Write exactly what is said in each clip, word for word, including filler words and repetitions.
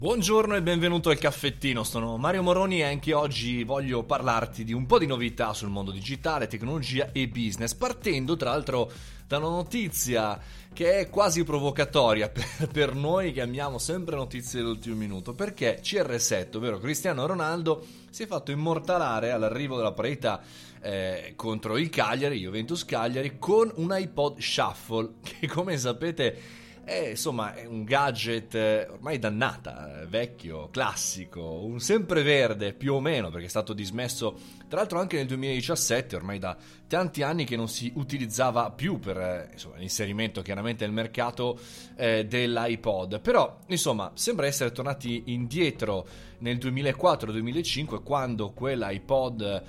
Buongiorno e benvenuto al caffettino, sono Mario Moroni e anche oggi voglio parlarti di un po' di novità sul mondo digitale, tecnologia e business, partendo tra l'altro da una notizia che è quasi provocatoria per, per noi che amiamo sempre notizie dell'ultimo minuto, perché C R sette, ovvero Cristiano Ronaldo, si è fatto immortalare all'arrivo della parità eh, contro il Cagliari, Juventus Cagliari, con un iPod Shuffle che, come sapete, è insomma è un gadget ormai dannata, vecchio, classico, un sempreverde più o meno, perché è stato dismesso tra l'altro anche nel duemiladiciassette, ormai da tanti anni che non si utilizzava più per insomma, l'inserimento chiaramente nel mercato eh, dell'iPod. Però insomma sembra essere tornati indietro nel duemilaquattro duemilacinque, quando quell'iPod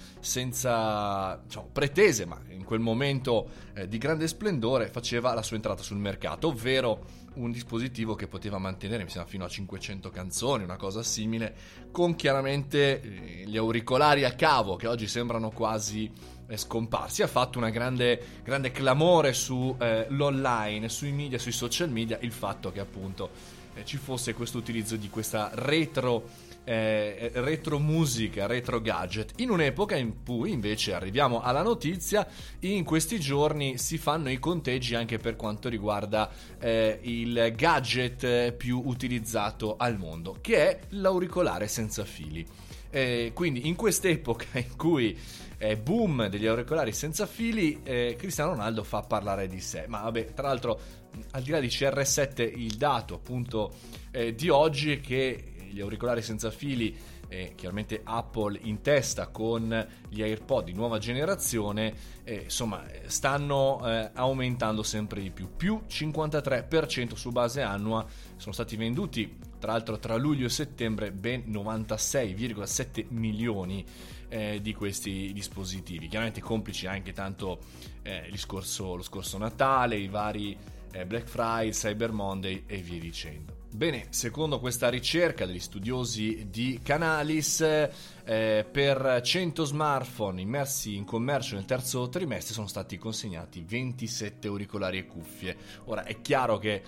senza diciamo, pretese, ma in quel momento eh, di grande splendore, faceva la sua entrata sul mercato, ovvero un dispositivo che poteva mantenere mi sembra fino a cinquecento canzoni, una cosa simile, con chiaramente eh, gli auricolari a cavo che oggi sembrano quasi eh, scomparsi. Ha fatto una grande, grande clamore su eh, l'online, sui media, sui social media, il fatto che appunto eh, ci fosse questo utilizzo di questa retro Eh, retro musica, retro gadget, in un'epoca in cui invece arriviamo alla notizia, in questi giorni si fanno i conteggi anche per quanto riguarda eh, il gadget più utilizzato al mondo, che è l'auricolare senza fili. Eh, quindi in quest'epoca in cui è boom degli auricolari senza fili, eh, Cristiano Ronaldo fa parlare di sé. Ma vabbè, tra l'altro, al di là di C R sette, il dato appunto eh, di oggi è che gli auricolari senza fili, eh, chiaramente Apple in testa con gli AirPod di nuova generazione, eh, insomma stanno eh, aumentando sempre di più, più cinquantatré per cento su base annua. Sono stati venduti tra l'altro tra luglio e settembre ben novantasei virgola sette milioni eh, di questi dispositivi, chiaramente complici anche tanto eh, il scorso, lo scorso Natale, i vari eh, Black Friday, Cyber Monday e via dicendo. Bene, secondo questa ricerca degli studiosi di Canalys, eh, per cento smartphone immersi in commercio nel terzo trimestre sono stati consegnati ventisette auricolari e cuffie. Ora è chiaro che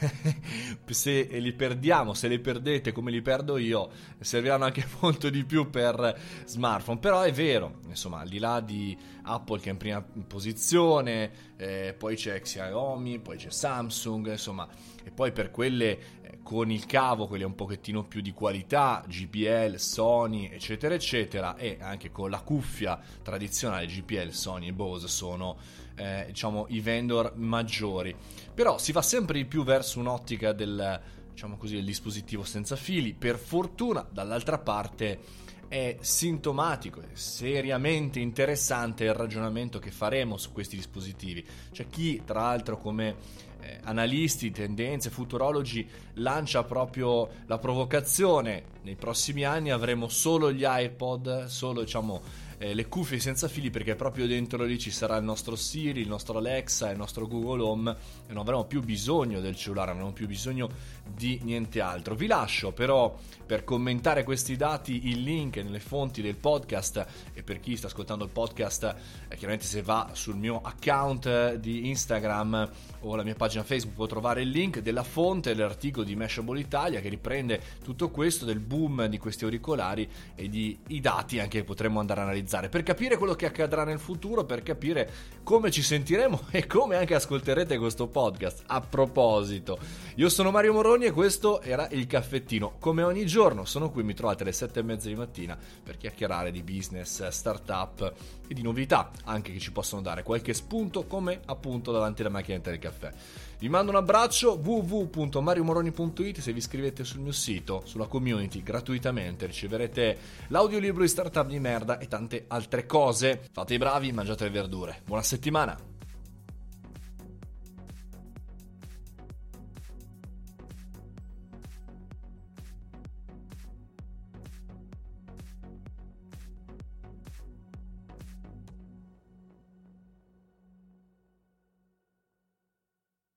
se li perdiamo, se li perdete come li perdo io, serviranno anche molto di più per smartphone. Però è vero, insomma, al di là di Apple che è in prima posizione, eh, poi c'è Xiaomi, poi c'è Samsung, insomma, e poi per quelle eh, con il cavo, quelle un pochettino più di qualità, J B L, Sony, eccetera eccetera, e anche con la cuffia tradizionale J B L, Sony e Bose sono eh, diciamo i vendor maggiori. Però si va sempre di più verso un'ottica del, diciamo così, del dispositivo senza fili. Per fortuna, dall'altra parte, è sintomatico, è seriamente interessante il ragionamento che faremo su questi dispositivi. C'è chi, tra l'altro, come eh, analisti, tendenze, futurologi, lancia proprio la provocazione: nei prossimi anni avremo solo gli iPod, solo diciamo eh, le cuffie senza fili, perché proprio dentro lì ci sarà il nostro Siri, il nostro Alexa, il nostro Google Home, e non avremo più bisogno del cellulare, non avremo più bisogno di niente altro. Vi lascio però, per commentare questi dati, il link nelle fonti del podcast, e per chi sta ascoltando il podcast, eh, chiaramente se va sul mio account di Instagram o la mia pagina Facebook può trovare il link della fonte dell'articolo di Mashable Italia che riprende tutto questo, del boom di questi auricolari e di i dati anche che potremmo andare a analizzare per capire quello che accadrà nel futuro, per capire come ci sentiremo e come anche ascolterete questo podcast. A proposito, io sono Mario Moroni e questo era il caffettino. Come ogni giorno sono qui, mi trovate alle sette e mezza di mattina per chiacchierare di business, startup e di novità anche che ci possono dare qualche spunto, come appunto davanti alla macchinetta del caffè. Vi mando un abbraccio. w w w punto mario moroni punto it. Se vi iscrivete sul mio sito, sulla community, gratuitamente riceverete l'audiolibro di startup di merda e tante altre cose. Fate i bravi, mangiate le verdure. Buona settimana.